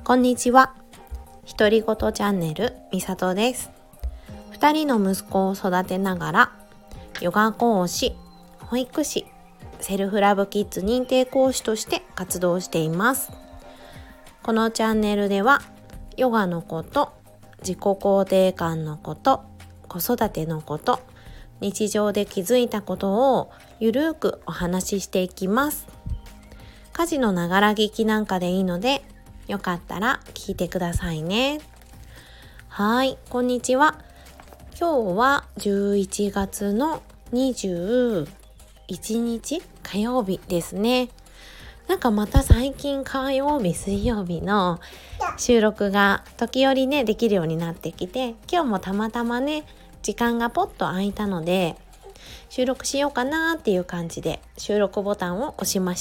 こんにちは。独り言チャンネルみさとです。2人の息子を育てながらヨガ講師、保育士、セルフラブキッズ認定講師として活動しています。このチャンネルではヨガのこと、自己肯定感のこと、子育てのこと、日常で気づいたことをゆるーくお話ししていきます。家事のながら聞きなんかでいいので、よかったら聞いてくださいね。はい、こんにちは。今日は11月の21日火曜日ですね。なんかまた最近火曜日、水曜日の収録が時折ねできるようになってきて、今日もたまたまね時間がポッと空いたので収録しようかなっていう感じで収録ボタンを押しました。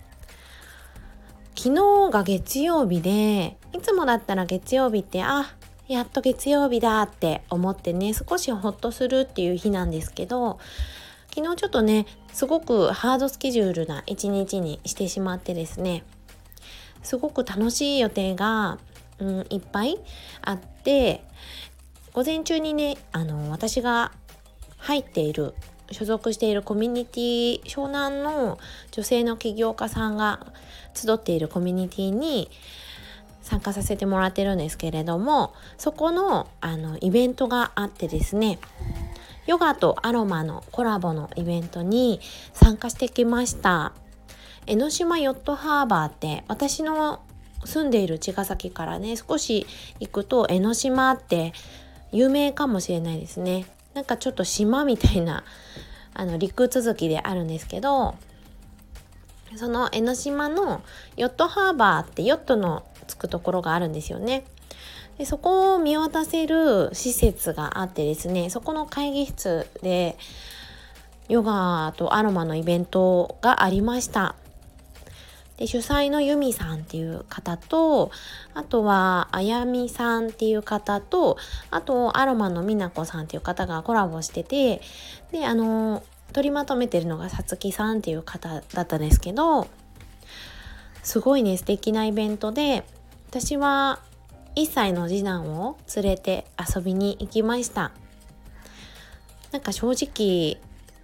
昨日が月曜日で、いつもだったら月曜日ってやっと月曜日だって思ってね、少しホッとするっていう日なんですけど、昨日ちょっとねすごくハードスケジュールな一日にしてしまってですね、すごく楽しい予定が、いっぱいあって、午前中にね私が所属しているコミュニティ、湘南の女性の起業家さんが集っているコミュニティに参加させてもらってるんですけれども、そこのイベントがあってですね、ヨガとアロマのコラボのイベントに参加してきました。江ノ島ヨットハーバーって、私の住んでいる茅ヶ崎からね少し行くと江ノ島って有名かもしれないですね。なんかちょっと島みたいな陸続きであるんですけど、その江ノ島のヨットハーバーってヨットのつくところがあるんですよね。でそこを見渡せる施設があってですね、そこの会議室でヨガとアロマのイベントがありました。で主催のユミさんっていう方と、あとはあやみさんっていう方と、あとアロマのみなこさんっていう方がコラボしてて、で取りまとめてるのがさつきさんっていう方だったんですけど、すごいね素敵なイベントで、私は1歳の次男を連れて遊びに行きました。なんか正直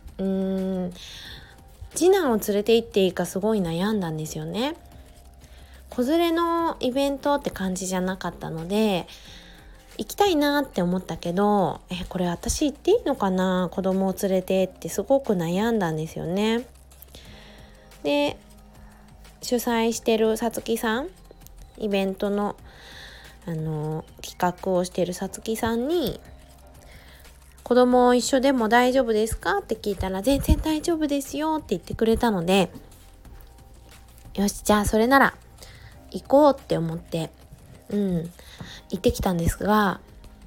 次男を連れて行っていいかすごい悩んだんですよね。子連れのイベントって感じじゃなかったので行きたいなって思ったけど、これ私行っていいのかな、子供を連れてってすごく悩んだんですよね。で主催してるさつきさん、イベントの企画をしてるさつきさんに、子供一緒でも大丈夫ですかって聞いたら、全然大丈夫ですよって言ってくれたので、よしじゃあそれなら行こうって思って行ってきたんですが、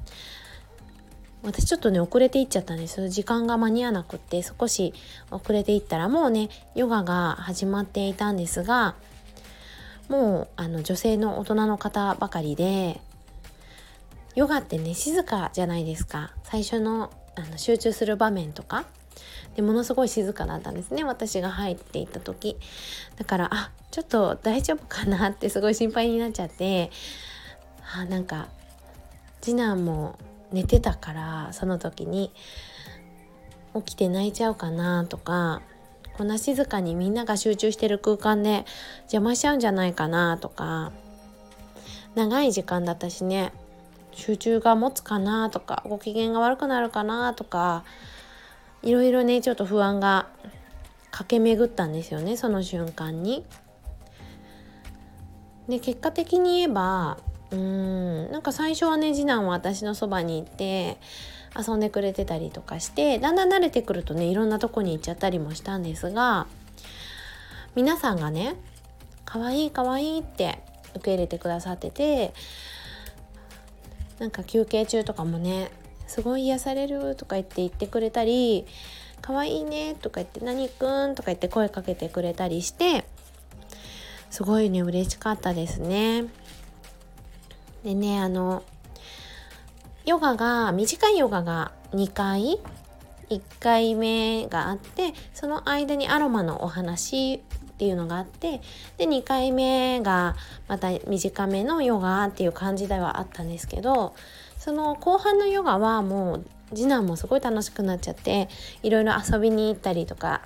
私ちょっとね遅れて行っちゃったんです。時間が間に合わなくって、少し遅れて行ったらもうねヨガが始まっていたんですが、もう女性の大人の方ばかりで、ヨガってね静かじゃないですか。最初の集中する場面とかでものすごい静かだったんですね、私が入っていった時。だからちょっと大丈夫かなってすごい心配になっちゃって、なんか次男も寝てたから、その時に起きて泣いちゃうかなとか、こんな静かにみんなが集中してる空間で邪魔しちゃうんじゃないかなとか、長い時間だったしね、集中が持つかなとか、ご機嫌が悪くなるかなとか、いろいろねちょっと不安が駆け巡ったんですよね、その瞬間に。で結果的に言えばなんか最初はね次男は私のそばに行って遊んでくれてたりとかして、だんだん慣れてくるとねいろんなとこに行っちゃったりもしたんですが、皆さんがねかわいいかわいいって受け入れてくださってて、なんか休憩中とかもねすごい癒されるとか言ってくれたり、かわいいねとか言って、何くんとか言って声かけてくれたりして、すごいね嬉しかったですね。でね短いヨガが2回、1回目があって、その間にアロマのお話っていうのがあって、で2回目がまた短めのヨガっていう感じではあったんですけど、その後半のヨガはもう次男もすごい楽しくなっちゃって、いろいろ遊びに行ったりとか、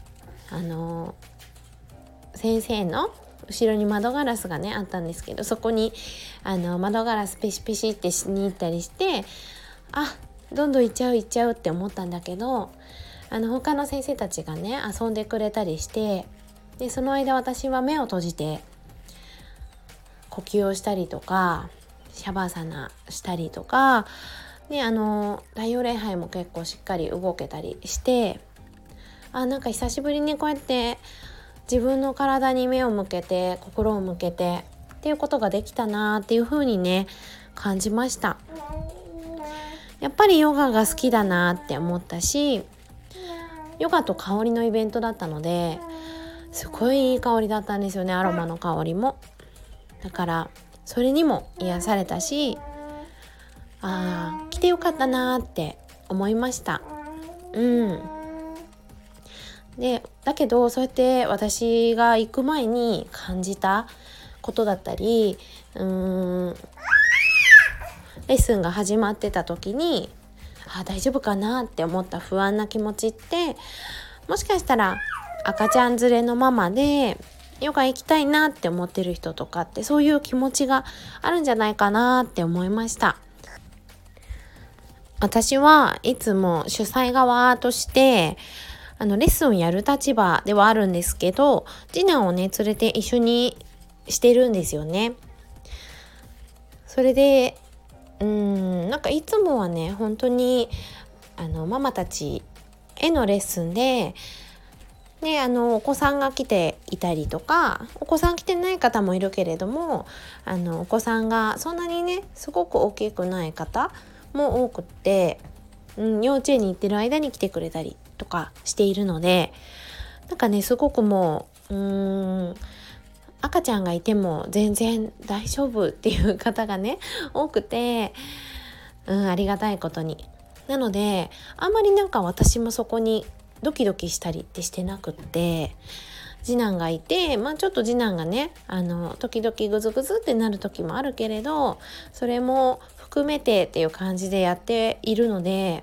先生の後ろに窓ガラスがねあったんですけど、そこに窓ガラスペシペシってしに行ったりして、どんどん行っちゃうって思ったんだけど、他の先生たちがね遊んでくれたりして、でその間私は目を閉じて呼吸をしたりとか、シャバーサナしたりとか、で太陽礼拝も結構しっかり動けたりして、なんか久しぶりにこうやって自分の体に目を向けて心を向けてっていうことができたなっていう風にね感じました。やっぱりヨガが好きだなって思ったし、ヨガと香りのイベントだったので、すごいいい香りだったんですよね、アロマの香りも。だからそれにも癒されたし、来てよかったなって思いました。でだけどそうやって私が行く前に感じたことだったり、レッスンが始まってた時に大丈夫かなって思った不安な気持ちって、もしかしたら赤ちゃん連れのママでヨガ行きたいなって思ってる人とかって、そういう気持ちがあるんじゃないかなって思いました。私はいつも主催側としてレッスンをやる立場ではあるんですけど、次男をね連れて一緒にしてるんですよね。それでなんかいつもはね本当にママたちへのレッスンでお子さんが来ていたりとか、お子さん来てない方もいるけれども、お子さんがそんなにねすごく大きくない方も多くって、幼稚園に行ってる間に来てくれたりとかしているので、なんかねすごくもう赤ちゃんがいても全然大丈夫っていう方がね多くて、ありがたいことに。なのであんまりなんか私もそこにドキドキしたりってしてなくって、次男がいて、ちょっと次男がね時々グズグズってなる時もあるけれど、それも含めてっていう感じでやっているので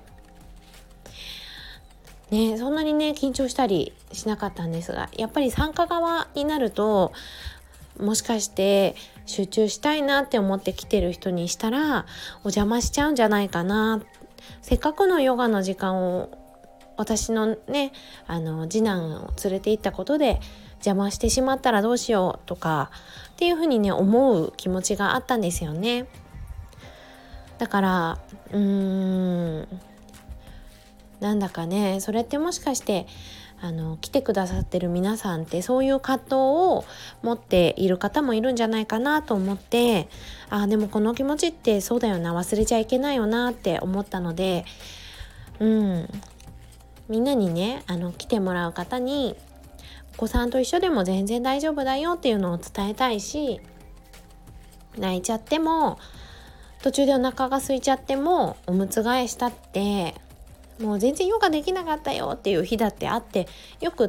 ね、そんなにね緊張したりしなかったんですが、やっぱり参加側になると、もしかして集中したいなって思って来てる人にしたらお邪魔しちゃうんじゃないかな。せっかくのヨガの時間を私のね次男を連れて行ったことで邪魔してしまったらどうしようとかっていうふうにね思う気持ちがあったんですよね。だからなんだかね、それってもしかして来てくださってる皆さんってそういう葛藤を持っている方もいるんじゃないかなと思って、でもこの気持ちってそうだよな、忘れちゃいけないよなって思ったので、みんなにね来てもらう方にお子さんと一緒でも全然大丈夫だよっていうのを伝えたいし、泣いちゃっても途中でお腹が空いちゃってもおむつ替えしたってもう全然ヨガできなかったよっていう日だってあってよくって、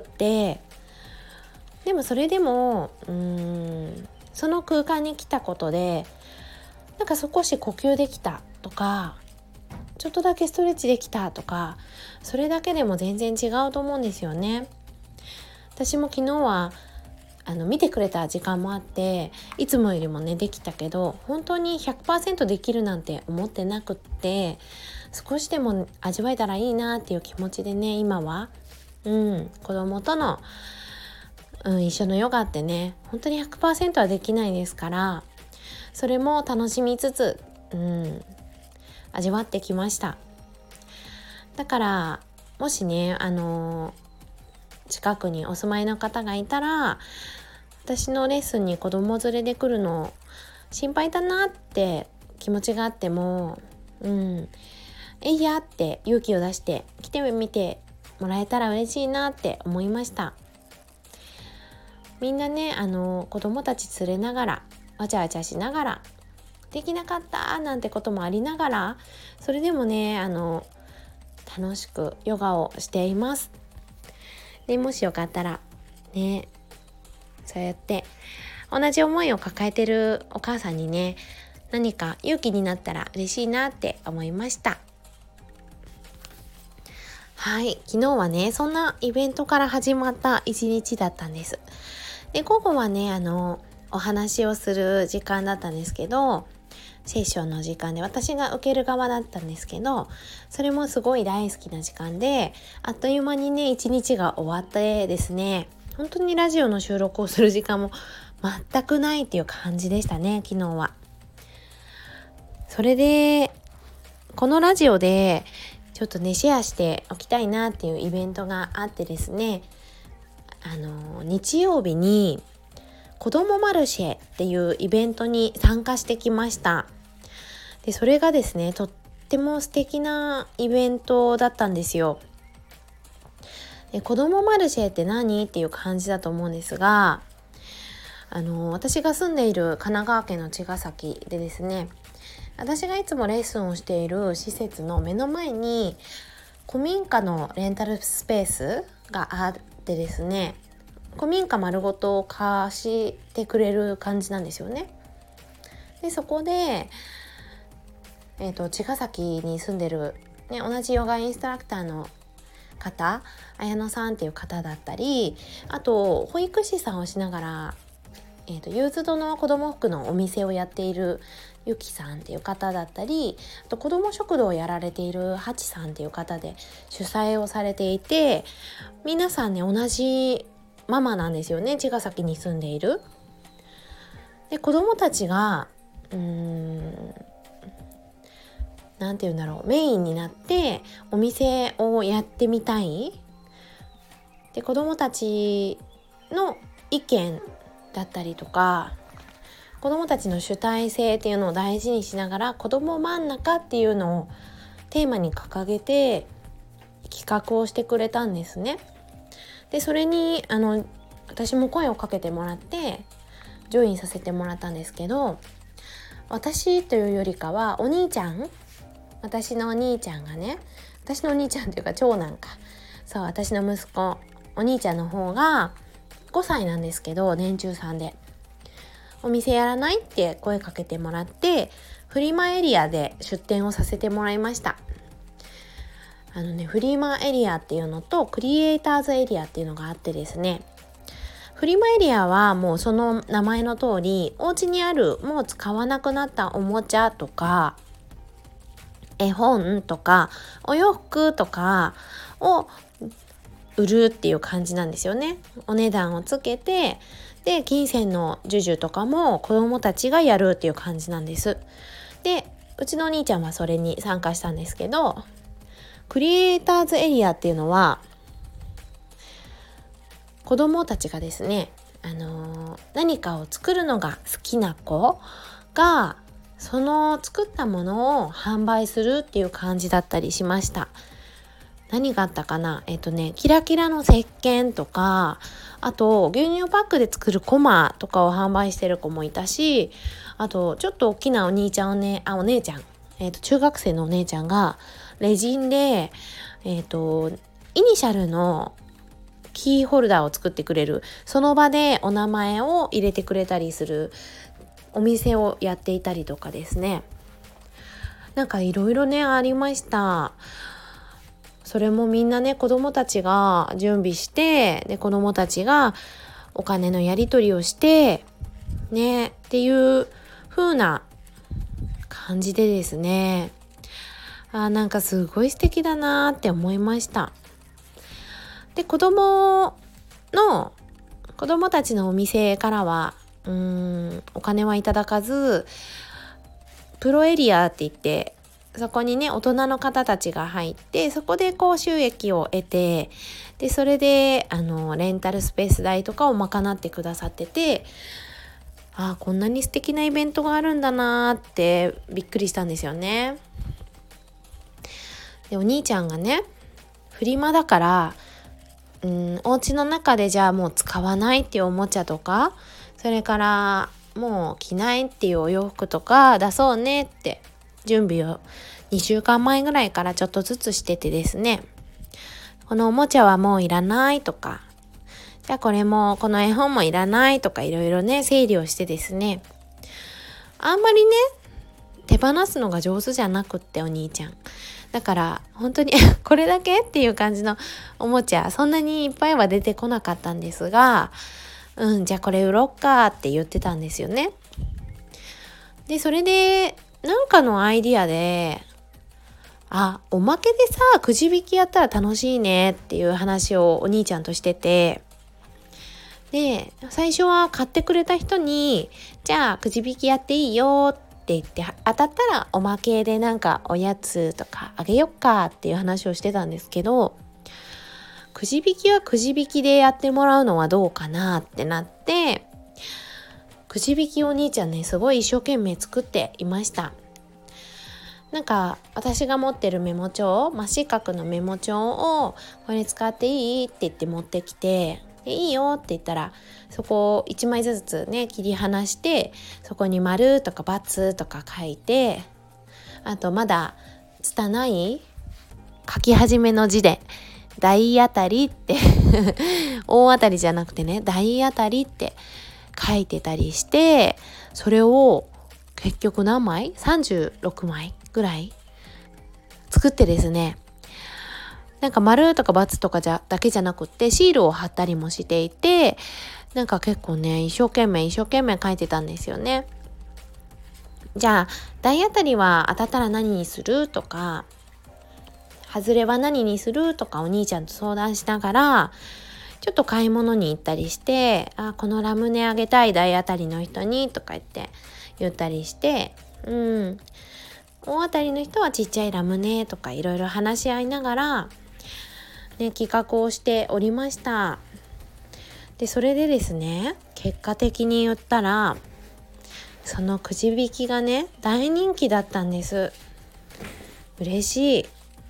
でもそれでもその空間に来たことでなんか少し呼吸できたとか、ちょっとだけストレッチできたとか、それだけでも全然違うと思うんですよね。私も昨日は見てくれた時間もあって、いつもよりもねできたけど、本当に 100% できるなんて思ってなくって、少しでも味わえたらいいなっていう気持ちでね、今は子供との、一緒のヨガってね本当に 100% はできないですから、それも楽しみつつ味わってきました。だからもしね近くにお住まいの方がいたら、私のレッスンに子供連れで来るの心配だなって気持ちがあってもえいやって勇気を出して来てみてもらえたら嬉しいなって思いました。みんなね子供たち連れながらわちゃわちゃしながらできなかったなんてこともありながら、それでもね楽しくヨガをしています。でもしよかったらねそうやって同じ思いを抱えてるお母さんにね、何か勇気になったら嬉しいなって思いました。はい、昨日はね、そんなイベントから始まった一日だったんです。で、午後はね、お話をする時間だったんですけど、セッションの時間で私が受ける側だったんですけど、それもすごい大好きな時間で、あっという間にね、一日が終わってですね、本当にラジオの収録をする時間も全くないっていう感じでしたね、昨日は。それで、このラジオでちょっとね、シェアしておきたいなっていうイベントがあってですね、日曜日に子どもマルシェっていうイベントに参加してきました。で、それがですね、とっても素敵なイベントだったんですよ。で、子どもマルシェって何っていう感じだと思うんですが、私が住んでいる神奈川県の茅ヶ崎でですね、私がいつもレッスンをしている施設の目の前に古民家のレンタルスペースがあってですね、古民家丸ごと貸してくれる感じなんですよね。で、そこで、茅ヶ崎に住んでる、ね、同じヨガインストラクターの方、綾乃さんっていう方だったり、あと保育士さんをしながらユーズドの子ども服のお店をやっているゆきさんっていう方だったり、あと子ども食堂をやられているはちさんっていう方で主催をされていて、皆さんね、同じママなんですよね、茅ヶ崎に住んでいる。で、子どもたちがなんていうんだろう、メインになってお店をやってみたい。で、子どもたちの意見だったりとか、子どもたちの主体性っていうのを大事にしながら、子ども真ん中っていうのをテーマに掲げて企画をしてくれたんですね。で、それに私も声をかけてもらってジョインさせてもらったんですけど、私というよりかはお兄ちゃん、私のお兄ちゃんがね、私のお兄ちゃんというか長男か、そう、私の息子、お兄ちゃんの方が5歳なんですけど、年中さんでお店やらないって声かけてもらって、フリマエリアで出店をさせてもらいました。フリマエリアっていうのとクリエイターズエリアっていうのがあってですね、フリマエリアはもうその名前の通り、お家にあるもう使わなくなったおもちゃとか絵本とかお洋服とかを売るっていう感じなんですよね。お値段をつけて、で、金銭の授受とかも子どもたちがやるっていう感じなんです。で、うちのお兄ちゃんはそれに参加したんですけど、クリエイターズエリアっていうのは子どもたちがですね、何かを作るのが好きな子がその作ったものを販売するっていう感じだったりしました。何があったかな、キラキラの石鹸とか、あと牛乳パックで作るコマとかを販売してる子もいたし、あとちょっと大きなお姉ちゃん、中学生のお姉ちゃんがレジンでイニシャルのキーホルダーを作ってくれる、その場でお名前を入れてくれたりするお店をやっていたりとかですね、なんかいろいろねありました。それもみんなね、子どもたちが準備して、で子どもたちがお金のやり取りをしてねっていう風な感じでですね、なんかすごい素敵だなって思いました。で、子供たちのお店からはお金はいただかず、プロエリアって言って、そこにね大人の方たちが入って、そこでこう収益を得て、でそれでレンタルスペース代とかを賄ってくださってて、こんなに素敵なイベントがあるんだなってびっくりしたんですよね。で、お兄ちゃんがね、フリマだからお家の中でじゃあもう使わないっていうおもちゃとか、それからもう着ないっていうお洋服とか出そうねって準備を2週間前ぐらいからちょっとずつしててですね、このおもちゃはもういらないとか、 じゃあこれもこの絵本もいらないとかいろいろね整理をしてですね、あんまりね手放すのが上手じゃなくって、お兄ちゃんだから本当にこれだけっていう感じのおもちゃそんなにいっぱいは出てこなかったんですが、じゃあこれ売ろっかって言ってたんですよね。でそれでなんかのアイディアで、おまけでさくじ引きやったら楽しいねっていう話をお兄ちゃんとしてて、で最初は買ってくれた人にじゃあくじ引きやっていいよって言って、当たったらおまけでなんかおやつとかあげよっかっていう話をしてたんですけど、くじ引きはくじ引きでやってもらうのはどうかなってなって、くじ引きお兄ちゃんねすごい一生懸命作っていました。なんか私が持ってるメモ帳、真四角のメモ帳をこれ使っていいって言って持ってきて、でいいよって言ったらそこを1枚ずつね切り離して、そこに丸とか×とか書いて、あとまだ拙い書き始めの字で大当たりって大当たりじゃなくてね大当たりって書いてたりして、それを結局何枚 ?36 枚ぐらい作ってですね、なんか丸とか×とかだけじゃなくってシールを貼ったりもしていて、なんか結構ね一生懸命書いてたんですよね。じゃあ大当たりは当たったら何にするとか、外れは何にするとかお兄ちゃんと相談しながらちょっと買い物に行ったりして、このラムネあげたい大当たりの人にとか言ったりして、大当たりの人はちっちゃいラムネとかいろいろ話し合いながら、ね、企画をしておりました。でそれでですね、結果的に言ったらそのくじ引きがね大人気だったんです。嬉しい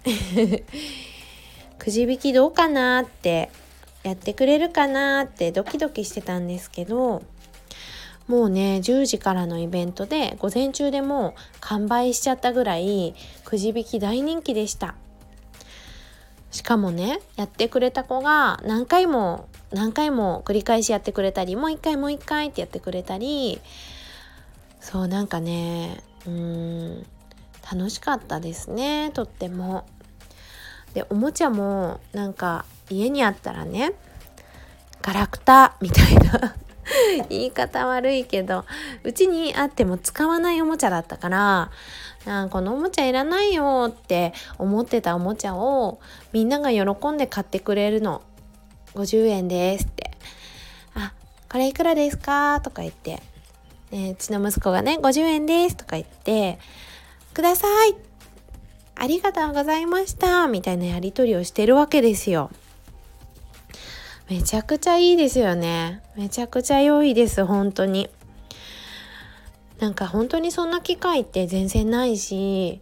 くじ引きどうかなってやってくれるかなってドキドキしてたんですけど、もうね10時からのイベントで午前中でもう完売しちゃったぐらいくじ引き大人気でした。しかもねやってくれた子が何回も繰り返しやってくれたり、もう一回ってやってくれたり、そうなんかね楽しかったですね、とっても。でおもちゃもなんか家にあったらねガラクタみたいな言い方悪いけどうちにあっても使わないおもちゃだったから、このおもちゃいらないよって思ってたおもちゃをみんなが喜んで買ってくれるの。50円ですって、これいくらですかとか言って、うちの息子がね50円ですとか言ってください、ありがとうございましたみたいなやり取りをしてるわけですよ。めちゃくちゃいいですよね。めちゃくちゃ良いです、本当に。なんか本当にそんな機会って全然ないし、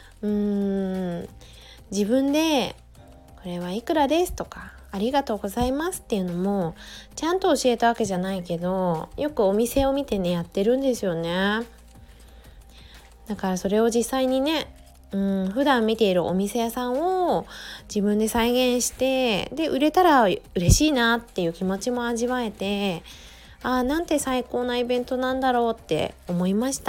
自分でこれはいくらですとかありがとうございますっていうのもちゃんと教えたわけじゃないけど、よくお店を見てねやってるんですよね。だからそれを実際にね普段見ているお店屋さんを自分で再現して、で売れたら嬉しいなっていう気持ちも味わえて、なんて最高なイベントなんだろうって思いました。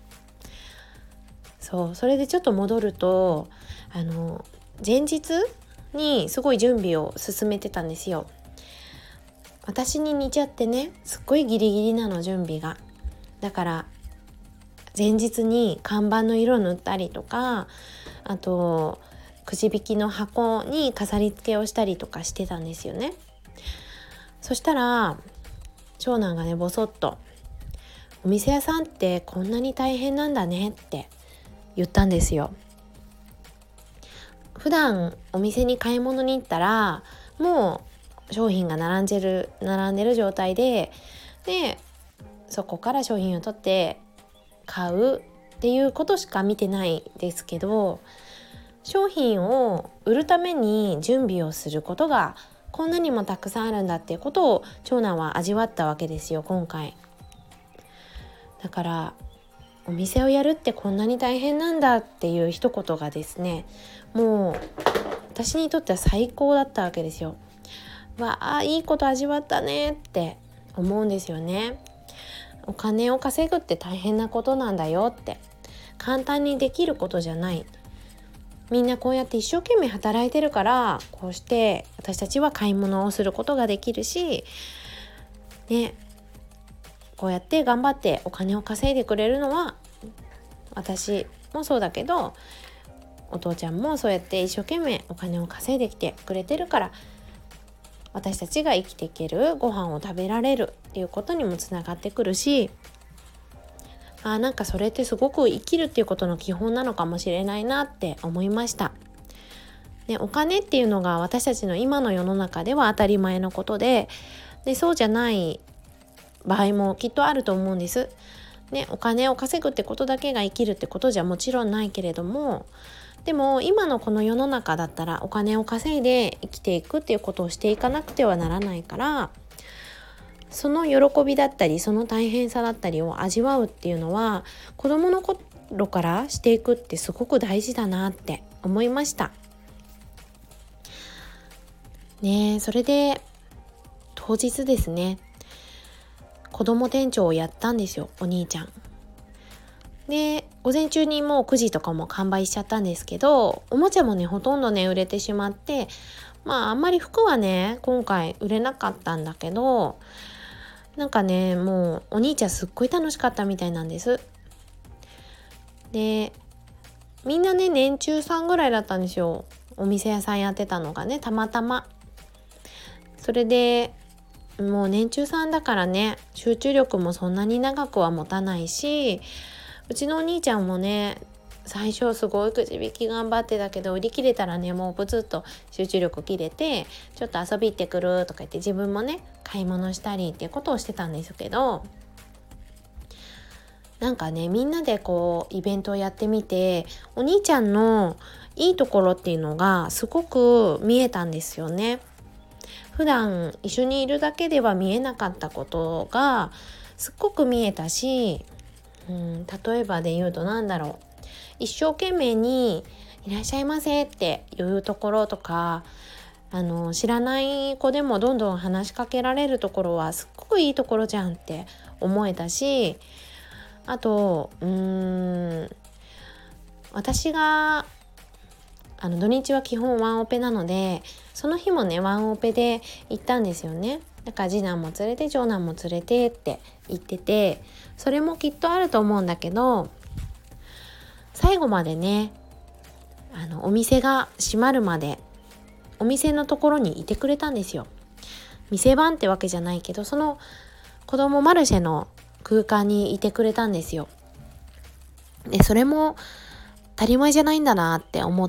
それでちょっと戻ると前日にすごい準備を進めてたんですよ。私に似ちゃってね、すっごいギリギリなの準備が。だから前日に看板の色塗ったりとか、あとくじ引きの箱に飾り付けをしたりとかしてたんですよね。そしたら長男がねボソッと、お店屋さんってこんなに大変なんだねって言ったんですよ。普段お店に買い物に行ったらもう商品が並んでる状態で、そこから商品を取って買うっていうことしか見てないですけど、商品を売るために準備をすることがこんなにもたくさんあるんだっていうことを長男は味わったわけですよ、今回。だからお店をやるってこんなに大変なんだっていう一言がですね、もう私にとっては最高だったわけですよ。 いいこと味わったねって思うんですよね。お金を稼ぐって大変なことなんだよって、簡単にできることじゃない。みんなこうやって一生懸命働いてるから、こうして私たちは買い物をすることができるしね、こうやって頑張ってお金を稼いでくれるのは、私もそうだけどお父ちゃんもそうやって一生懸命お金を稼いできてくれてるから、私たちが生きていける、ご飯を食べられるっていうことにもつながってくるし、なんかそれってすごく生きるっていうことの基本なのかもしれないなって思いました。ね、お金っていうのが私たちの今の世の中では当たり前のことで、そうじゃない場合もきっとあると思うんです。ね、お金を稼ぐってことだけが生きるってことじゃもちろんないけれども、でも今のこの世の中だったらお金を稼いで生きていくっていうことをしていかなくてはならないから、その喜びだったりその大変さだったりを味わうっていうのは、子どもの頃からしていくってすごく大事だなって思いましたね。それで当日ですね、子ども店長をやったんですよ、お兄ちゃんで。午前中にもう9時とかも完売しちゃったんですけど、おもちゃもねほとんどね売れてしまって、あんまり服はね今回売れなかったんだけど、なんかねもうお兄ちゃんすっごい楽しかったみたいなんです。でみんなね年中さんぐらいだったんですよ、お店屋さんやってたのがね、たまたま。それでもう年中さんだからね、集中力もそんなに長くは持たないし、うちのお兄ちゃんもね最初すごいくじ引き頑張ってたけど、売り切れたらねもうブツッと集中力切れて、ちょっと遊び行ってくるとか言って自分もね買い物したりっていうことをしてたんですけど、なんかねみんなでこうイベントをやってみて、お兄ちゃんのいいところっていうのがすごく見えたんですよね。普段一緒にいるだけでは見えなかったことがすっごく見えたし、例えばで言うと一生懸命にいらっしゃいませっていうところとか、知らない子でもどんどん話しかけられるところはすっごくいいところじゃんって思えたし、あと私が土日は基本ワンオペなので、その日もねワンオペで行ったんですよね。だから次男も連れて長男も連れてって言ってて、それもきっとあると思うんだけど、最後までねお店が閉まるまでお店のところにいてくれたんですよ。店番ってわけじゃないけど、その子供マルシェの空間にいてくれたんですよ。でそれも当たり前じゃないんだなって思って、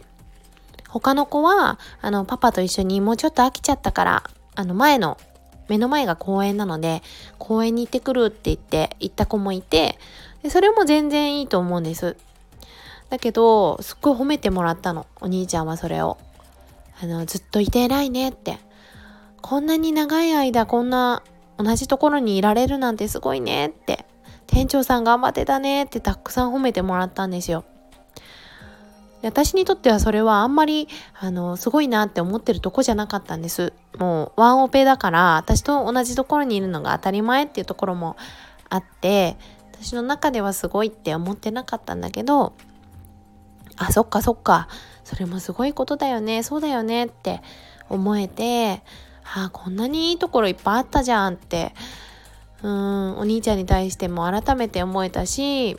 他の子はパパと一緒にもうちょっと飽きちゃったから目の前が公園なので公園に行ってくるって言って行った子もいて、でそれも全然いいと思うんです。だけどすっごい褒めてもらったの、お兄ちゃんはそれをずっといて偉いねって、こんなに長い間こんな同じところにいられるなんてすごいねって、店長さん頑張ってたねってたくさん褒めてもらったんですよ。私にとってはそれはあんまりすごいなって思ってるとこじゃなかったんです。もうワンオペだから私と同じところにいるのが当たり前っていうところもあって、私の中ではすごいって思ってなかったんだけど、そっかそっか、それもすごいことだよね、そうだよねって思えて、こんなにいいところいっぱいあったじゃんってお兄ちゃんに対しても改めて思えたし、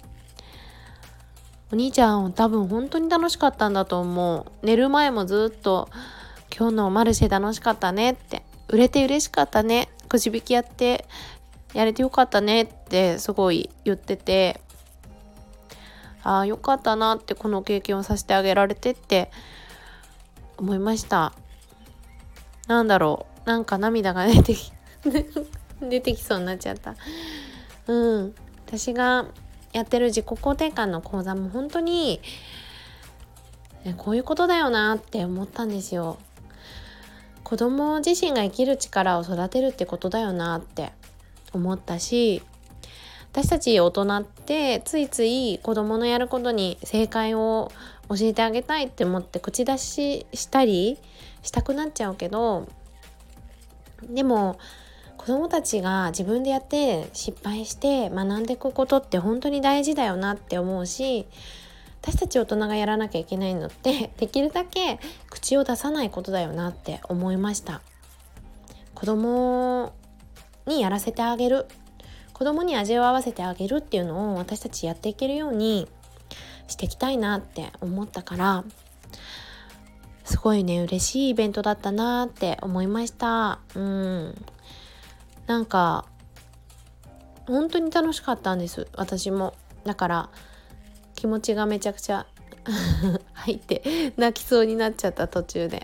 お兄ちゃん多分本当に楽しかったんだと思う。寝る前もずっと今日のマルシェ楽しかったねって、売れて嬉しかったね、くじ引きやってやれてよかったねってすごい言ってて、よかったなって、この経験をさせてあげられてって思いました。なんか涙が出てきそうになっちゃった。私がやってる自己肯定感の講座も本当にこういうことだよなって思ったんですよ。子供自身が生きる力を育てるってことだよなって思ったし、私たち大人ってついつい子供のやることに正解を教えてあげたいって思って口出ししたりしたくなっちゃうけど、 でも子どもたちが自分でやって失敗して学んでいくことって本当に大事だよなって思うし、私たち大人がやらなきゃいけないのってできるだけ口を出さないことだよなって思いました。子供にやらせてあげる、子供に味を合わせてあげるっていうのを私たちやっていけるようにしていきたいなって思ったから、すごいね嬉しいイベントだったなって思いました。なんか本当に楽しかったんです、私も。だから気持ちがめちゃくちゃ入って泣きそうになっちゃった途中で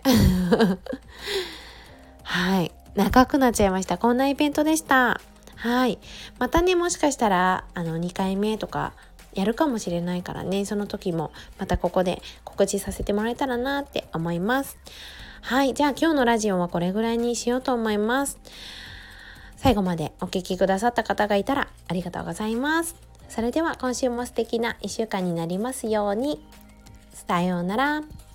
はい、長くなっちゃいました。こんなイベントでした。はい、またね、もしかしたら2回目とかやるかもしれないからね、その時もまたここで告知させてもらえたらなって思います。はい、じゃあ今日のラジオはこれぐらいにしようと思います。最後までお聞きくださった方がいたらありがとうございます。それでは今週も素敵な1週間になりますように。さようなら。